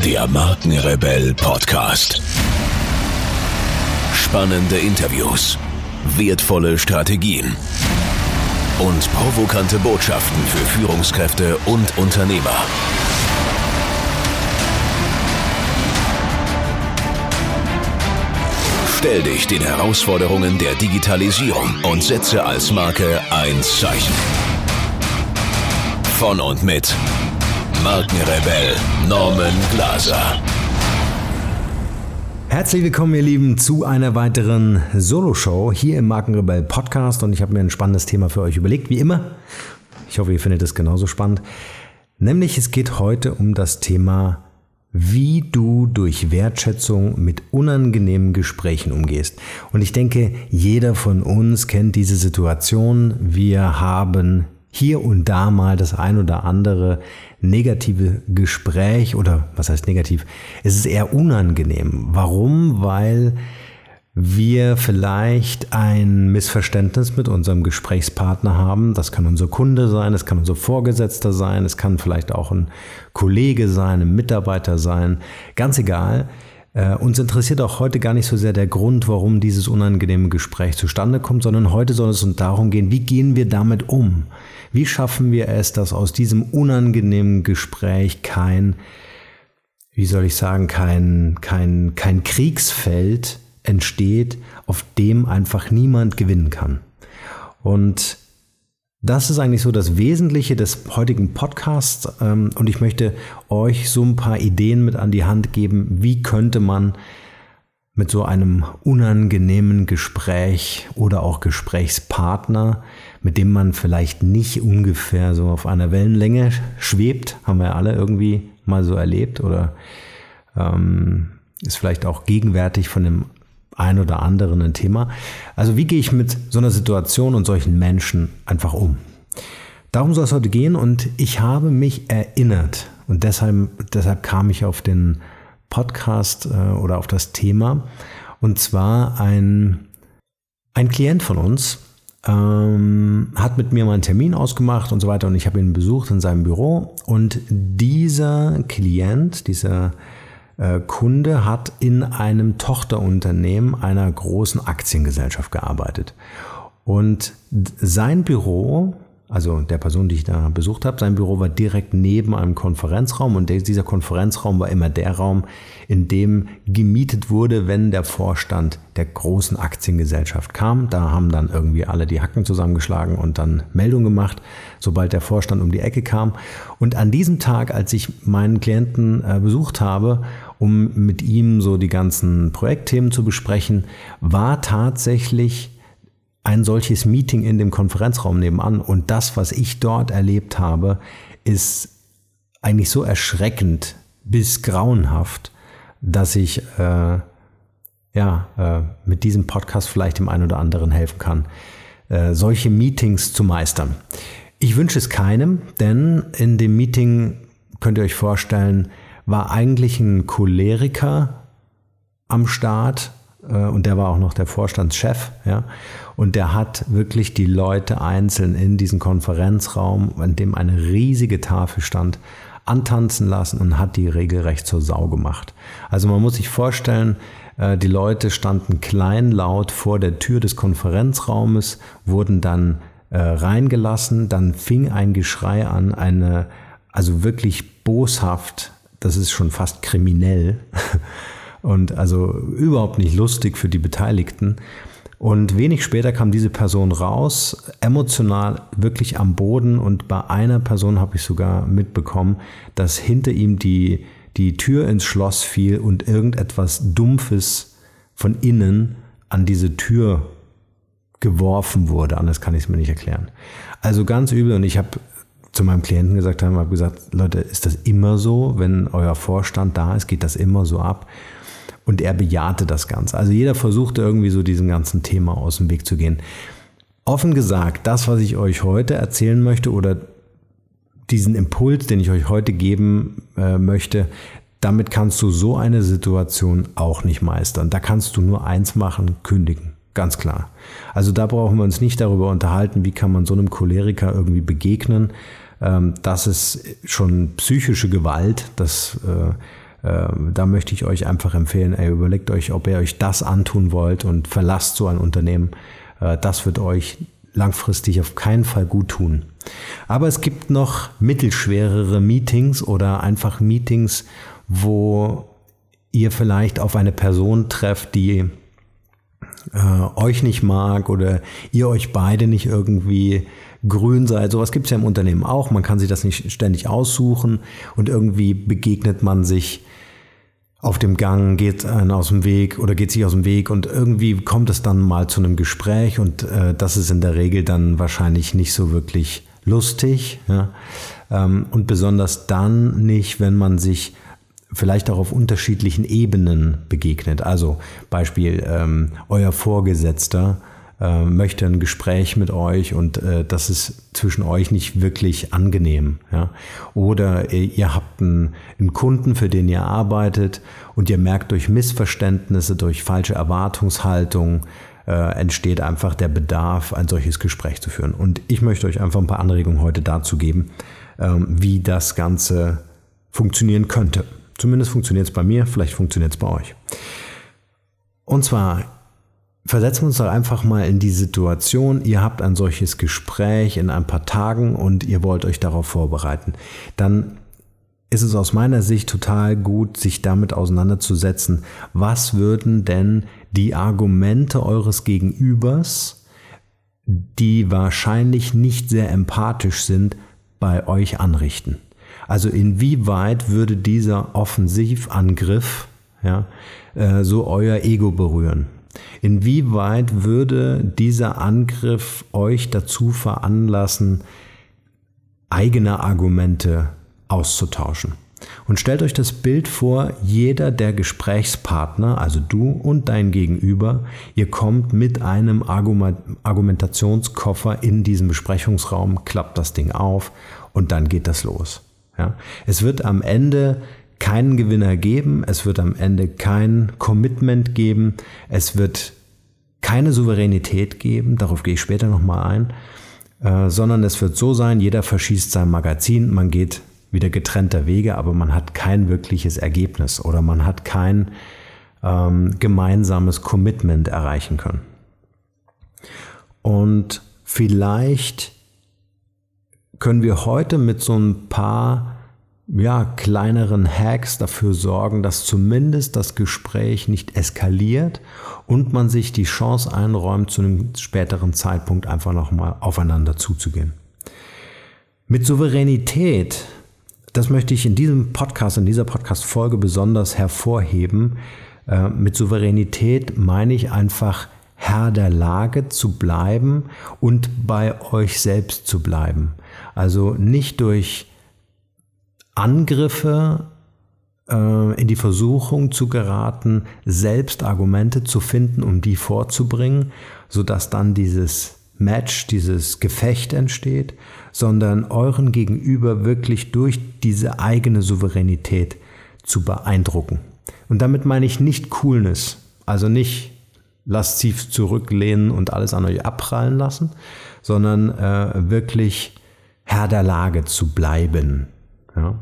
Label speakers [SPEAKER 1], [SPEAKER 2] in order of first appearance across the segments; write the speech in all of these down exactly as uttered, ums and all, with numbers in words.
[SPEAKER 1] Der Markenrebell Podcast. Spannende Interviews, wertvolle Strategien und provokante Botschaften für Führungskräfte und Unternehmer. Stell dich den Herausforderungen der Digitalisierung und setze als Marke ein Zeichen. Von und mit Markenrebell Norman Glaser.
[SPEAKER 2] Herzlich willkommen, ihr Lieben, zu einer weiteren Solo-Show hier im Markenrebell Podcast. Und ich habe mir ein spannendes Thema für euch überlegt, wie immer. Ich hoffe, ihr findet es genauso spannend. Nämlich, es geht heute um das Thema, wie du durch Wertschätzung mit unangenehmen Gesprächen umgehst. Und ich denke, jeder von uns kennt diese Situation. Wir haben hier und da mal das ein oder andere negative Gespräch oder was heißt negativ? Es ist eher unangenehm. Warum? Weil wir vielleicht ein Missverständnis mit unserem Gesprächspartner haben. Das kann unser Kunde sein, es kann unser Vorgesetzter sein, es kann vielleicht auch ein Kollege sein, ein Mitarbeiter sein. Ganz egal. Äh, uns interessiert auch heute gar nicht so sehr der Grund, warum dieses unangenehme Gespräch zustande kommt, sondern heute soll es uns darum gehen, wie gehen wir damit um? Wie schaffen wir es, dass aus diesem unangenehmen Gespräch kein, wie soll ich sagen, kein, kein, kein Kriegsfeld entsteht, auf dem einfach niemand gewinnen kann. Und das ist eigentlich so das Wesentliche des heutigen Podcasts. Und ich möchte euch so ein paar Ideen mit an die Hand geben, wie könnte man mit so einem unangenehmen Gespräch oder auch Gesprächspartner, mit dem man vielleicht nicht ungefähr so auf einer Wellenlänge schwebt, haben wir alle irgendwie mal so erlebt oder ähm, ist vielleicht auch gegenwärtig von dem ein oder anderen ein Thema. Also wie gehe ich mit so einer Situation und solchen Menschen einfach um? Darum soll es heute gehen und ich habe mich erinnert und deshalb, deshalb kam ich auf den Podcast äh, oder auf das Thema, und zwar ein, ein Klient von uns ähm, hat mit mir mal einen Termin ausgemacht und so weiter und ich habe ihn besucht in seinem Büro und dieser Klient, dieser äh, Kunde hat in einem Tochterunternehmen einer großen Aktiengesellschaft gearbeitet und sein Büro, also der Person, die ich da besucht habe, sein Büro war direkt neben einem Konferenzraum und dieser Konferenzraum war immer der Raum, in dem gemietet wurde, wenn der Vorstand der großen Aktiengesellschaft kam. Da haben dann irgendwie alle die Hacken zusammengeschlagen und dann Meldung gemacht, sobald der Vorstand um die Ecke kam. Und an diesem Tag, als ich meinen Klienten äh, besucht habe, um mit ihm so die ganzen Projektthemen zu besprechen, war tatsächlich ein solches Meeting in dem Konferenzraum nebenan und das, was ich dort erlebt habe, ist eigentlich so erschreckend bis grauenhaft, dass ich äh, ja äh, mit diesem Podcast vielleicht dem einen oder anderen helfen kann, äh, solche Meetings zu meistern. Ich wünsche es keinem, denn in dem Meeting, könnt ihr euch vorstellen, war eigentlich ein Choleriker am Start, und der war auch noch der Vorstandschef, ja, und der hat wirklich die Leute einzeln in diesen Konferenzraum, an dem eine riesige Tafel stand, antanzen lassen und hat die regelrecht zur Sau gemacht. Also man muss sich vorstellen, die Leute standen kleinlaut vor der Tür des Konferenzraumes, wurden dann reingelassen, dann fing ein Geschrei an, eine, also wirklich boshaft, das ist schon fast kriminell, und also überhaupt nicht lustig für die Beteiligten. Und wenig später kam diese Person raus, emotional wirklich am Boden. Und bei einer Person habe ich sogar mitbekommen, dass hinter ihm die, die Tür ins Schloss fiel und irgendetwas Dumpfes von innen an diese Tür geworfen wurde. Anders kann ich es mir nicht erklären. Also ganz übel. Und ich habe zu meinem Klienten gesagt, habe gesagt, Leute, ist das immer so? Wenn euer Vorstand da ist, geht das immer so ab? Und er bejahte das Ganze. Also jeder versuchte irgendwie so diesem ganzen Thema aus dem Weg zu gehen. Offen gesagt, das, was ich euch heute erzählen möchte oder diesen Impuls, den ich euch heute geben äh, möchte, damit kannst du so eine Situation auch nicht meistern. Da kannst du nur eins machen, kündigen. Ganz klar. Also da brauchen wir uns nicht darüber unterhalten, wie kann man so einem Choleriker irgendwie begegnen. Das ist schon psychische Gewalt. Das äh, da möchte ich euch einfach empfehlen, ey, überlegt euch, ob ihr euch das antun wollt und verlasst so ein Unternehmen. Äh, das wird euch langfristig auf keinen Fall gut tun. Aber es gibt noch mittelschwerere Meetings oder einfach Meetings, wo ihr vielleicht auf eine Person trefft, die äh, euch nicht mag oder ihr euch beide nicht irgendwie grün seid. Sowas gibt es ja im Unternehmen auch. Man kann sich das nicht ständig aussuchen und irgendwie begegnet man sich auf dem Gang, geht einen aus dem Weg oder geht sich aus dem Weg und irgendwie kommt es dann mal zu einem Gespräch und äh, das ist in der Regel dann wahrscheinlich nicht so wirklich lustig. Ja? Ähm, und besonders dann nicht, wenn man sich vielleicht auch auf unterschiedlichen Ebenen begegnet. Also Beispiel, ähm, euer Vorgesetzter äh, möchte ein Gespräch mit euch und äh, das ist zwischen euch nicht wirklich angenehm. Ja? Oder äh, ihr habt einen, einen Kunden, für den ihr arbeitet und ihr merkt durch Missverständnisse, durch falsche Erwartungshaltung äh, entsteht einfach der Bedarf, ein solches Gespräch zu führen. Und ich möchte euch einfach ein paar Anregungen heute dazu geben, äh, wie das Ganze funktionieren könnte. Zumindest funktioniert es bei mir, vielleicht funktioniert es bei euch. Und zwar versetzen wir uns doch einfach mal in die Situation, ihr habt ein solches Gespräch in ein paar Tagen und ihr wollt euch darauf vorbereiten. Dann ist es aus meiner Sicht total gut, sich damit auseinanderzusetzen, was würden denn die Argumente eures Gegenübers, die wahrscheinlich nicht sehr empathisch sind, bei euch anrichten. Also inwieweit würde dieser Offensivangriff ja, äh, so euer Ego berühren? Inwieweit würde dieser Angriff euch dazu veranlassen, eigene Argumente auszutauschen? Und stellt euch das Bild vor, jeder der Gesprächspartner, also du und dein Gegenüber, ihr kommt mit einem Argumentationskoffer in diesen Besprechungsraum, klappt das Ding auf und dann geht das los. Ja, es wird am Ende keinen Gewinner geben, es wird am Ende kein Commitment geben, es wird keine Souveränität geben, darauf gehe ich später nochmal ein, äh, sondern es wird so sein, jeder verschießt sein Magazin, man geht wieder getrennter Wege, aber man hat kein wirkliches Ergebnis oder man hat kein ähm, gemeinsames Commitment erreichen können. Und vielleicht können wir heute mit so ein paar ja, kleineren Hacks dafür sorgen, dass zumindest das Gespräch nicht eskaliert und man sich die Chance einräumt, zu einem späteren Zeitpunkt einfach nochmal aufeinander zuzugehen. Mit Souveränität, das möchte ich in diesem Podcast, in dieser Podcast-Folge besonders hervorheben, äh, mit Souveränität meine ich einfach, Herr der Lage zu bleiben und bei euch selbst zu bleiben. Also nicht durch Angriffe äh, in die Versuchung zu geraten, selbst Argumente zu finden, um die vorzubringen, sodass dann dieses Match, dieses Gefecht entsteht, sondern euren Gegenüber wirklich durch diese eigene Souveränität zu beeindrucken. Und damit meine ich nicht Coolness, also nicht lasziv zurücklehnen und alles an euch abprallen lassen, sondern äh, wirklich Herr der Lage zu bleiben. Ja.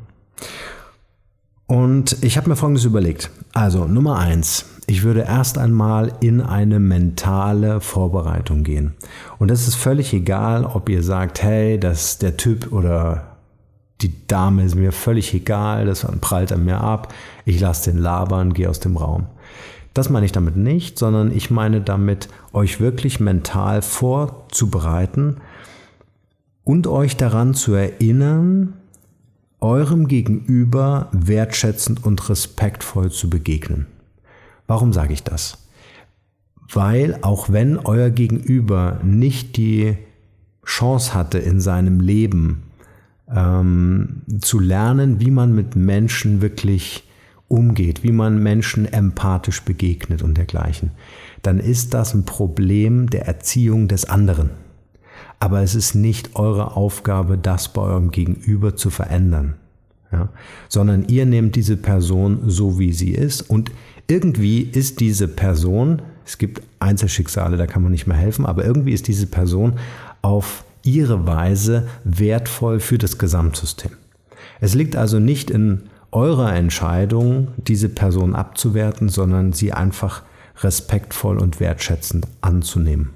[SPEAKER 2] Und ich habe mir Folgendes überlegt. Also Nummer eins, ich würde erst einmal in eine mentale Vorbereitung gehen. Und es ist völlig egal, ob ihr sagt, hey, das der Typ oder die Dame ist mir völlig egal, das prallt an mir ab, ich lasse den labern, gehe aus dem Raum. Das meine ich damit nicht, sondern ich meine damit, euch wirklich mental vorzubereiten und euch daran zu erinnern, eurem Gegenüber wertschätzend und respektvoll zu begegnen. Warum sage ich das? Weil auch wenn euer Gegenüber nicht die Chance hatte in seinem Leben ähm, zu lernen, wie man mit Menschen wirklich umgeht, wie man Menschen empathisch begegnet und dergleichen, dann ist das ein Problem der Erziehung des anderen. Aber es ist nicht eure Aufgabe, das bei eurem Gegenüber zu verändern, ja? Sondern ihr nehmt diese Person so, wie sie ist und irgendwie ist diese Person, es gibt Einzelschicksale, da kann man nicht mehr helfen, aber irgendwie ist diese Person auf ihre Weise wertvoll für das Gesamtsystem. Es liegt also nicht in eurer Entscheidung, diese Person abzuwerten, sondern sie einfach respektvoll und wertschätzend anzunehmen.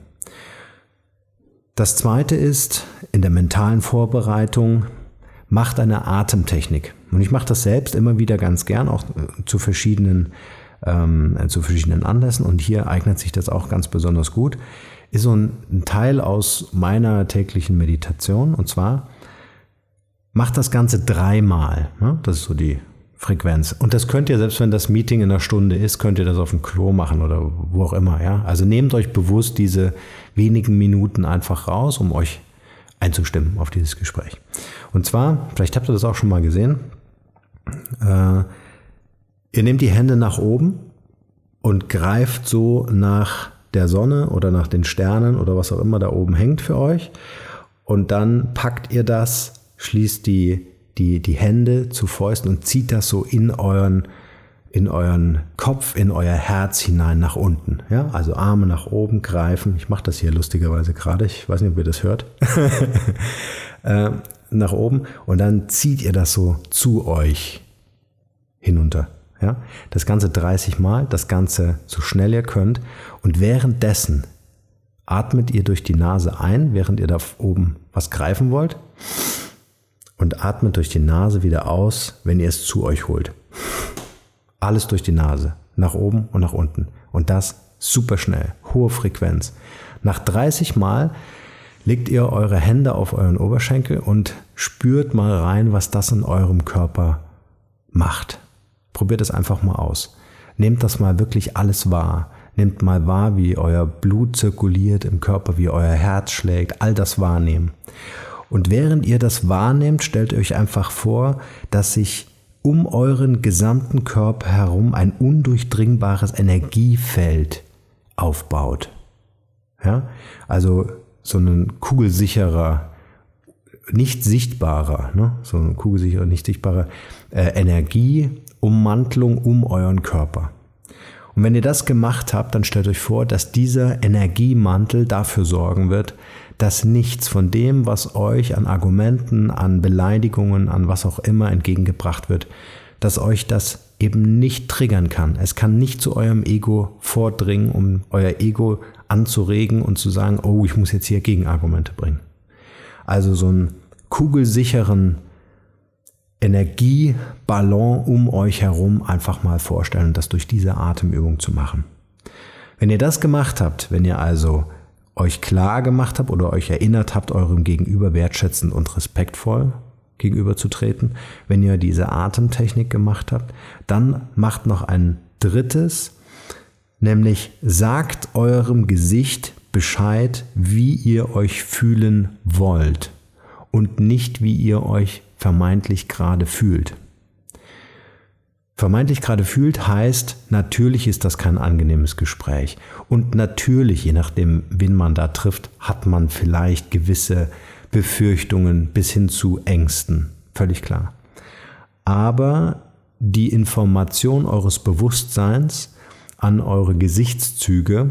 [SPEAKER 2] Das zweite ist, in der mentalen Vorbereitung, macht eine Atemtechnik. Und ich mache das selbst immer wieder ganz gern, auch zu verschiedenen, ähm, zu verschiedenen Anlässen. Und hier eignet sich das auch ganz besonders gut. Ist so ein, ein Teil aus meiner täglichen Meditation. Und zwar, macht das Ganze dreimal. Ne? Das ist so die Frequenz. Und das könnt ihr, selbst wenn das Meeting in einer Stunde ist, könnt ihr das auf dem Klo machen oder wo auch immer. Ja? Also nehmt euch bewusst diese wenigen Minuten einfach raus, um euch einzustimmen auf dieses Gespräch. Und zwar, vielleicht habt ihr das auch schon mal gesehen, äh, ihr nehmt die Hände nach oben und greift so nach der Sonne oder nach den Sternen oder was auch immer da oben hängt für euch. Und dann packt ihr das, schließt die, die, die Hände zu Fäusten und zieht das so in euren, in euren Kopf, in euer Herz hinein nach unten. Ja? Also Arme nach oben greifen. Ich mache das hier lustigerweise gerade. Ich weiß nicht, ob ihr das hört. äh, nach oben. Und dann zieht ihr das so zu euch hinunter. Ja? Das Ganze dreißig Mal. Das Ganze so schnell ihr könnt. Und währenddessen atmet ihr durch die Nase ein, während ihr da oben was greifen wollt. Und atmet durch die Nase wieder aus, wenn ihr es zu euch holt. Alles durch die Nase, nach oben und nach unten. Und das super schnell, hohe Frequenz. Nach dreißig Mal legt ihr eure Hände auf euren Oberschenkel und spürt mal rein, was das in eurem Körper macht. Probiert es einfach mal aus. Nehmt das mal wirklich alles wahr. Nehmt mal wahr, wie euer Blut zirkuliert im Körper, wie euer Herz schlägt. All das wahrnehmen. Und während ihr das wahrnehmt, stellt euch einfach vor, dass sich um euren gesamten Körper herum ein undurchdringbares Energiefeld aufbaut. Ja? Also so ein kugelsicherer, nicht sichtbarer, ne? so ein kugelsicherer, nicht sichtbarer äh, Energieummantelung um euren Körper. Und wenn ihr das gemacht habt, dann stellt euch vor, dass dieser Energiemantel dafür sorgen wird, dass nichts von dem, was euch an Argumenten, an Beleidigungen, an was auch immer entgegengebracht wird, dass euch das eben nicht triggern kann. Es kann nicht zu eurem Ego vordringen, um euer Ego anzuregen und zu sagen, oh, ich muss jetzt hier Gegenargumente bringen. Also so einen kugelsicheren Energieballon um euch herum einfach mal vorstellen und das durch diese Atemübung zu machen. Wenn ihr das gemacht habt, wenn ihr also euch klar gemacht habt oder euch erinnert habt, eurem Gegenüber wertschätzend und respektvoll gegenüberzutreten, wenn ihr diese Atemtechnik gemacht habt, dann macht noch ein drittes, nämlich sagt eurem Gesicht Bescheid, wie ihr euch fühlen wollt und nicht, wie ihr euch vermeintlich gerade fühlt. Vermeintlich gerade fühlt heißt, natürlich ist das kein angenehmes Gespräch. Und natürlich, je nachdem, wen man da trifft, hat man vielleicht gewisse Befürchtungen bis hin zu Ängsten. Völlig klar. Aber die Information eures Bewusstseins an eure Gesichtszüge,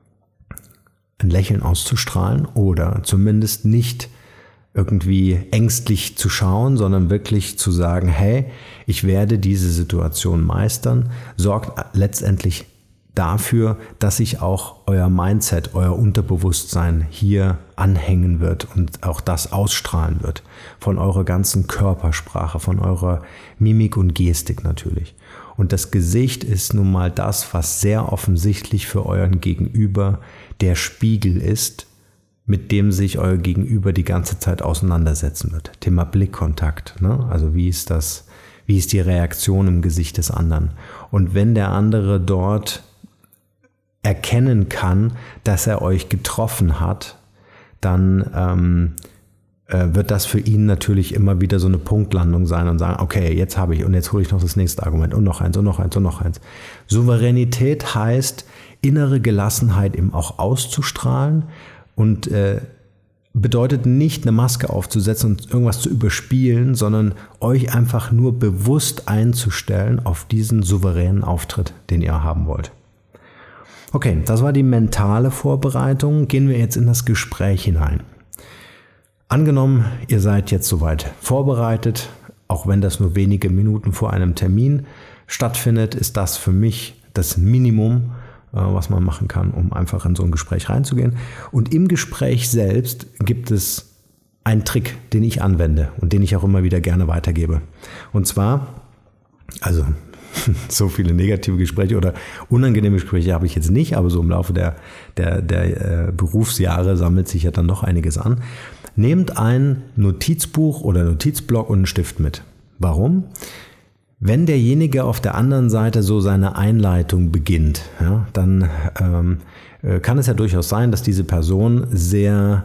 [SPEAKER 2] ein Lächeln auszustrahlen oder zumindest nicht irgendwie ängstlich zu schauen, sondern wirklich zu sagen, hey, ich werde diese Situation meistern, sorgt letztendlich dafür, dass sich auch euer Mindset, euer Unterbewusstsein hier anhängen wird und auch das ausstrahlen wird. Von eurer ganzen Körpersprache, von eurer Mimik und Gestik natürlich. Und das Gesicht ist nun mal das, was sehr offensichtlich für euren Gegenüber der Spiegel ist, mit dem sich euer Gegenüber die ganze Zeit auseinandersetzen wird. Thema Blickkontakt, ne? Also wie ist das, wie ist die Reaktion im Gesicht des anderen? Und wenn der andere dort erkennen kann, dass er euch getroffen hat, dann ähm, äh, wird das für ihn natürlich immer wieder so eine Punktlandung sein und sagen, okay, jetzt habe ich und jetzt hole ich noch das nächste Argument und noch eins und noch eins und noch eins. Souveränität heißt, innere Gelassenheit eben auch auszustrahlen und äh, bedeutet nicht, eine Maske aufzusetzen und irgendwas zu überspielen, sondern euch einfach nur bewusst einzustellen auf diesen souveränen Auftritt, den ihr haben wollt. Okay, das war die mentale Vorbereitung. Gehen wir jetzt in das Gespräch hinein. Angenommen, ihr seid jetzt soweit vorbereitet auch wenn das nur wenige Minuten vor einem Termin stattfindet, ist das für mich das Minimum, was man machen kann, um einfach in so ein Gespräch reinzugehen. Und im Gespräch selbst gibt es einen Trick, den ich anwende und den ich auch immer wieder gerne weitergebe. Und zwar, also so viele negative Gespräche oder unangenehme Gespräche habe ich jetzt nicht, aber so im Laufe der, der, der äh, Berufsjahre sammelt sich ja dann noch einiges an. Nehmt ein Notizbuch oder Notizblock und einen Stift mit. Warum? Wenn derjenige auf der anderen Seite so seine Einleitung beginnt, ja, dann ähm, kann es ja durchaus sein, dass diese Person sehr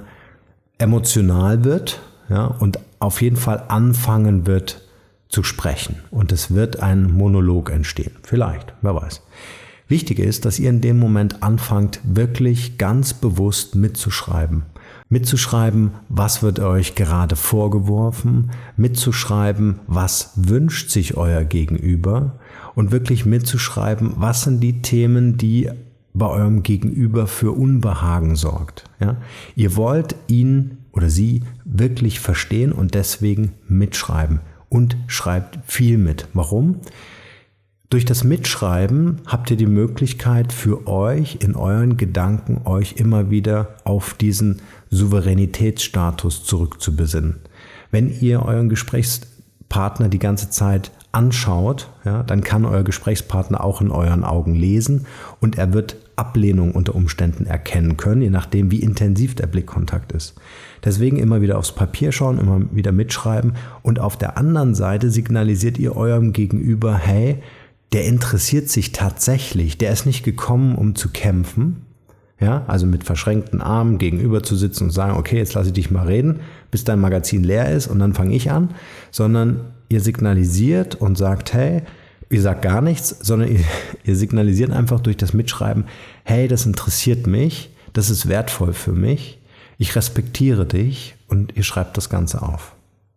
[SPEAKER 2] emotional wird, ja, und auf jeden Fall anfangen wird zu sprechen. Und es wird ein Monolog entstehen. Vielleicht, wer weiß. Wichtig ist, dass ihr in dem Moment anfangt, wirklich ganz bewusst mitzuschreiben. Mitzuschreiben, was wird euch gerade vorgeworfen, mitzuschreiben, was wünscht sich euer Gegenüber und wirklich mitzuschreiben, was sind die Themen, die bei eurem Gegenüber für Unbehagen sorgt. Ja? Ihr wollt ihn oder sie wirklich verstehen und deswegen mitschreiben und schreibt viel mit. Warum? Durch das Mitschreiben habt ihr die Möglichkeit für euch in euren Gedanken euch immer wieder auf diesen Souveränitätsstatus zurückzubesinnen. Wenn ihr euren Gesprächspartner die ganze Zeit anschaut, ja, dann kann euer Gesprächspartner auch in euren Augen lesen und er wird Ablehnung unter Umständen erkennen können, je nachdem, wie intensiv der Blickkontakt ist. Deswegen immer wieder aufs Papier schauen, immer wieder mitschreiben und auf der anderen Seite signalisiert ihr eurem Gegenüber, hey, der interessiert sich tatsächlich, der ist nicht gekommen, um zu kämpfen, ja, also mit verschränkten Armen gegenüber zu sitzen und sagen, okay, jetzt lasse ich dich mal reden, bis dein Magazin leer ist und dann fange ich an, sondern ihr signalisiert und sagt, hey, ihr sagt gar nichts, sondern ihr, ihr signalisiert einfach durch das Mitschreiben, hey, das interessiert mich, das ist wertvoll für mich, ich respektiere dich und ihr schreibt das Ganze auf.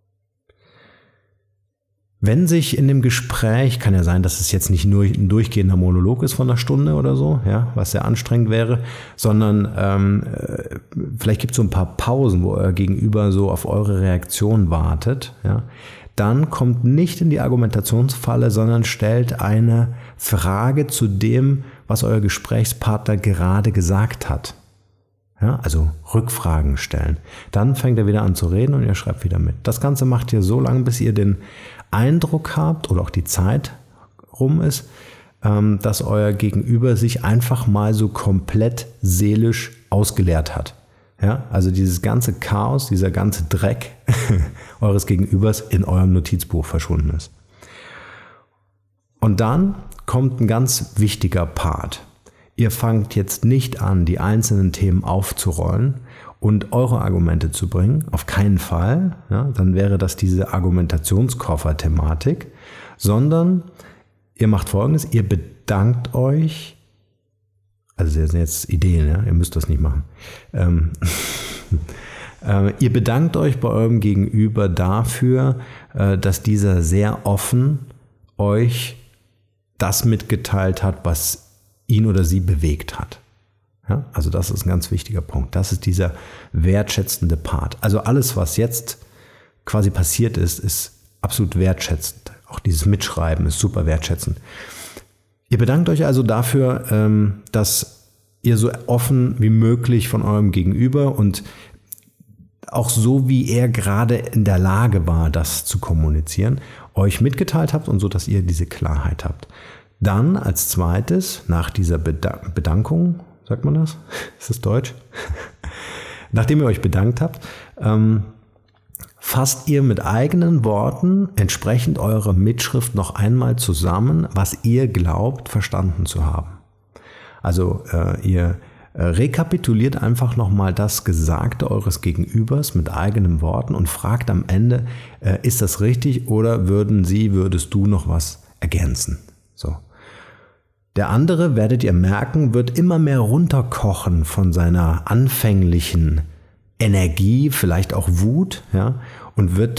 [SPEAKER 2] Wenn sich in dem Gespräch, kann ja sein, dass es jetzt nicht nur ein durchgehender Monolog ist von einer Stunde oder so, ja, was sehr anstrengend wäre, sondern ähm, vielleicht gibt es so ein paar Pausen, wo euer Gegenüber so auf eure Reaktion wartet, ja, dann kommt nicht in die Argumentationsfalle, sondern stellt eine Frage zu dem, was euer Gesprächspartner gerade gesagt hat. Ja, also Rückfragen stellen. Dann fängt er wieder an zu reden und ihr schreibt wieder mit. Das Ganze macht ihr so lange, bis ihr den Eindruck habt oder auch die Zeit rum ist, dass euer Gegenüber sich einfach mal so komplett seelisch ausgeleert hat. Ja, also dieses ganze Chaos, dieser ganze Dreck eures Gegenübers in eurem Notizbuch verschwunden ist. Und dann kommt ein ganz wichtiger Part. Ihr fangt jetzt nicht an, die einzelnen Themen aufzurollen und eure Argumente zu bringen, auf keinen Fall, ja, dann wäre das diese Argumentationskoffer-Thematik, sondern ihr macht Folgendes, ihr bedankt euch, also das sind jetzt Ideen, ja, ihr müsst das nicht machen, ähm, äh, ihr bedankt euch bei eurem Gegenüber dafür, äh, dass dieser sehr offen euch das mitgeteilt hat, was ihn oder sie bewegt hat. Ja, also das ist ein ganz wichtiger Punkt. Das ist dieser wertschätzende Part. Also alles, was jetzt quasi passiert ist, ist absolut wertschätzend. Auch dieses Mitschreiben ist super wertschätzend. Ihr bedankt euch also dafür, dass ihr so offen wie möglich von eurem Gegenüber und auch so, wie er gerade in der Lage war, das zu kommunizieren, euch mitgeteilt habt und so, dass ihr diese Klarheit habt. Dann als zweites, nach dieser Bedank- Bedankung, sagt man das? Ist das Deutsch? Nachdem ihr euch bedankt habt, ähm, fasst ihr mit eigenen Worten entsprechend eurer Mitschrift noch einmal zusammen, was ihr glaubt, verstanden zu haben. Also äh, ihr äh, rekapituliert einfach nochmal das Gesagte eures Gegenübers mit eigenen Worten und fragt am Ende, äh, ist das richtig oder würden Sie, würdest du noch was ergänzen? So. Der andere, werdet ihr merken, wird immer mehr runterkochen von seiner anfänglichen Energie, vielleicht auch Wut, ja, und wird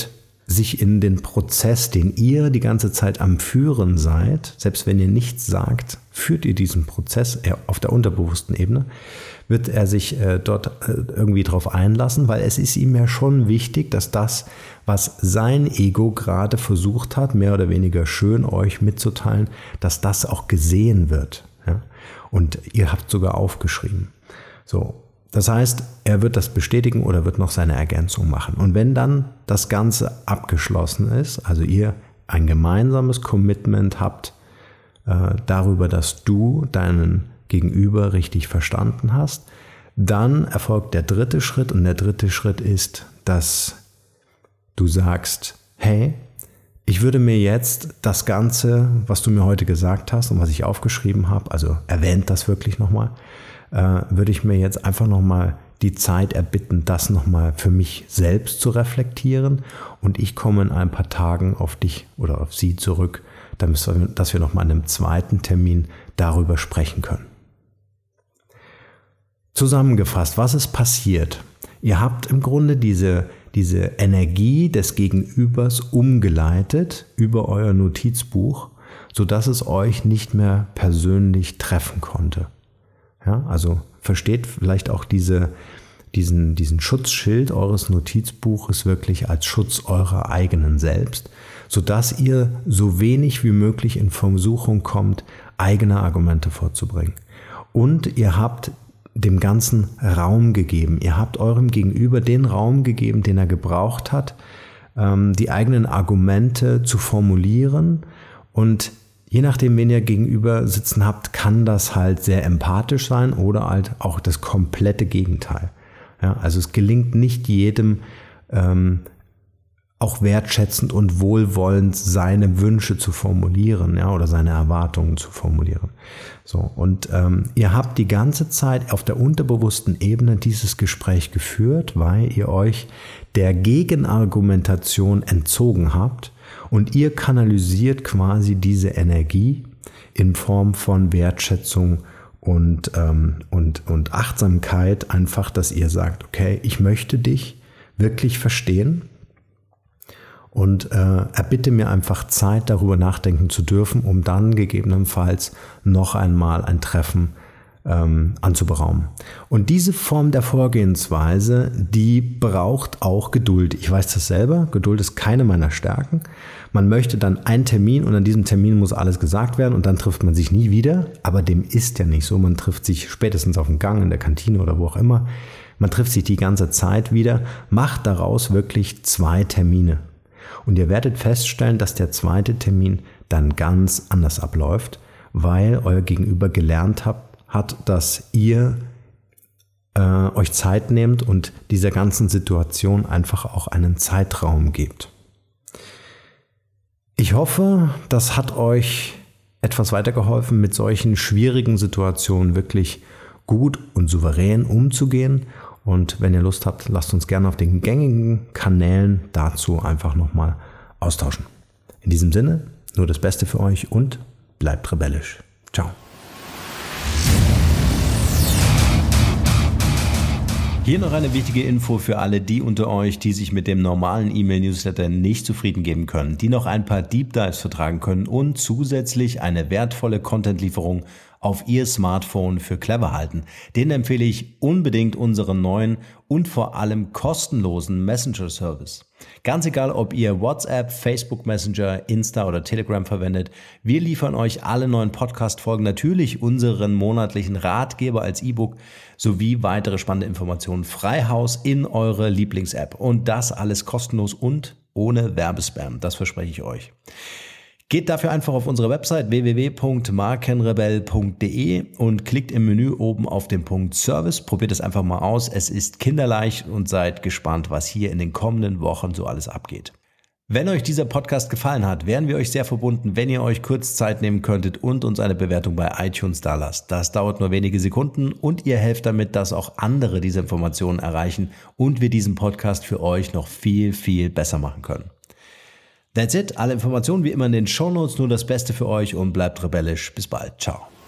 [SPEAKER 2] sich in den Prozess, den ihr die ganze Zeit am Führen seid, selbst wenn ihr nichts sagt, führt ihr diesen Prozess auf der unterbewussten Ebene, wird er sich äh, dort äh, irgendwie drauf einlassen, weil es ist ihm ja schon wichtig, dass das, was sein Ego gerade versucht hat, mehr oder weniger schön euch mitzuteilen, dass das auch gesehen wird. Ja? Und ihr habt sogar aufgeschrieben. So. Das heißt, er wird das bestätigen oder wird noch seine Ergänzung machen. Und wenn dann das Ganze abgeschlossen ist, also ihr ein gemeinsames Commitment habt äh, darüber, dass du deinen Gegenüber richtig verstanden hast, dann erfolgt der dritte Schritt. Und der dritte Schritt ist, dass du sagst, hey, ich würde mir jetzt das Ganze, was du mir heute gesagt hast und was ich aufgeschrieben habe, also erwähnt das wirklich nochmal, äh, würde ich mir jetzt einfach nochmal die Zeit erbitten, das nochmal für mich selbst zu reflektieren, und ich komme in ein paar Tagen auf dich oder auf sie zurück, damit wir, dass wir nochmal an einem zweiten Termin darüber sprechen können. Zusammengefasst, was ist passiert? Ihr habt im Grunde diese, diese Energie des Gegenübers umgeleitet über euer Notizbuch, sodass es euch nicht mehr persönlich treffen konnte. Ja, also versteht vielleicht auch diese, diesen, diesen Schutzschild eures Notizbuches wirklich als Schutz eurer eigenen selbst, sodass ihr so wenig wie möglich in Versuchung kommt, eigene Argumente vorzubringen. Und ihr habt dem Ganzen Raum gegeben. Ihr habt eurem Gegenüber den Raum gegeben, den er gebraucht hat, die eigenen Argumente zu formulieren, und je nachdem, wen ihr gegenüber sitzen habt, kann das halt sehr empathisch sein oder halt auch das komplette Gegenteil. Ja, also es gelingt nicht jedem, ähm, auch wertschätzend und wohlwollend seine Wünsche zu formulieren, ja, oder seine Erwartungen zu formulieren. So, und ähm, ihr habt die ganze Zeit auf der unterbewussten Ebene dieses Gespräch geführt, weil ihr euch der Gegenargumentation entzogen habt. Und ihr kanalisiert quasi diese Energie in Form von Wertschätzung und, ähm, und, und Achtsamkeit, einfach, dass ihr sagt, okay, ich möchte dich wirklich verstehen und äh, erbitte mir einfach Zeit, darüber nachdenken zu dürfen, um dann gegebenenfalls noch einmal ein Treffen ähm, anzuberaumen. Und diese Form der Vorgehensweise, die braucht auch Geduld. Ich weiß das selber, Geduld ist keine meiner Stärken. Man möchte dann einen Termin und an diesem Termin muss alles gesagt werden und dann trifft man sich nie wieder, aber dem ist ja nicht so. Man trifft sich spätestens auf dem Gang, in der Kantine oder wo auch immer. Man trifft sich die ganze Zeit wieder, macht daraus wirklich zwei Termine. Und ihr werdet feststellen, dass der zweite Termin dann ganz anders abläuft, weil euer Gegenüber gelernt habt, hat, dass ihr äh, euch Zeit nehmt und dieser ganzen Situation einfach auch einen Zeitraum gebt. Ich hoffe, das hat euch etwas weitergeholfen, mit solchen schwierigen Situationen wirklich gut und souverän umzugehen. Und wenn ihr Lust habt, lasst uns gerne auf den gängigen Kanälen dazu einfach nochmal austauschen. In diesem Sinne, nur das Beste für euch und bleibt rebellisch. Ciao. Hier noch eine wichtige Info für alle die unter euch, die sich mit dem normalen E-Mail-Newsletter nicht zufrieden geben können, die noch ein paar Deep Dives vertragen können und zusätzlich eine wertvolle Content-Lieferung auf ihr Smartphone für clever halten. Denen empfehle ich unbedingt unseren neuen und vor allem kostenlosen Messenger-Service. Ganz egal, ob ihr WhatsApp, Facebook Messenger, Insta oder Telegram verwendet, wir liefern euch alle neuen Podcast-Folgen, natürlich unseren monatlichen Ratgeber als E-Book sowie weitere spannende Informationen frei Haus in eure Lieblings-App. Und das alles kostenlos und ohne Werbespam, das verspreche ich euch. Geht dafür einfach auf unsere Website w w w punkt markenrebell punkt d e und klickt im Menü oben auf den Punkt Service. Probiert es einfach mal aus. Es ist kinderleicht und seid gespannt, was hier in den kommenden Wochen so alles abgeht. Wenn euch dieser Podcast gefallen hat, wären wir euch sehr verbunden, wenn ihr euch kurz Zeit nehmen könntet und uns eine Bewertung bei iTunes dalasst. Das dauert nur wenige Sekunden und ihr helft damit, dass auch andere diese Informationen erreichen und wir diesen Podcast für euch noch viel, viel besser machen können. That's it. Alle Informationen wie immer in den Shownotes. Nur das Beste für euch und bleibt rebellisch. Bis bald. Ciao.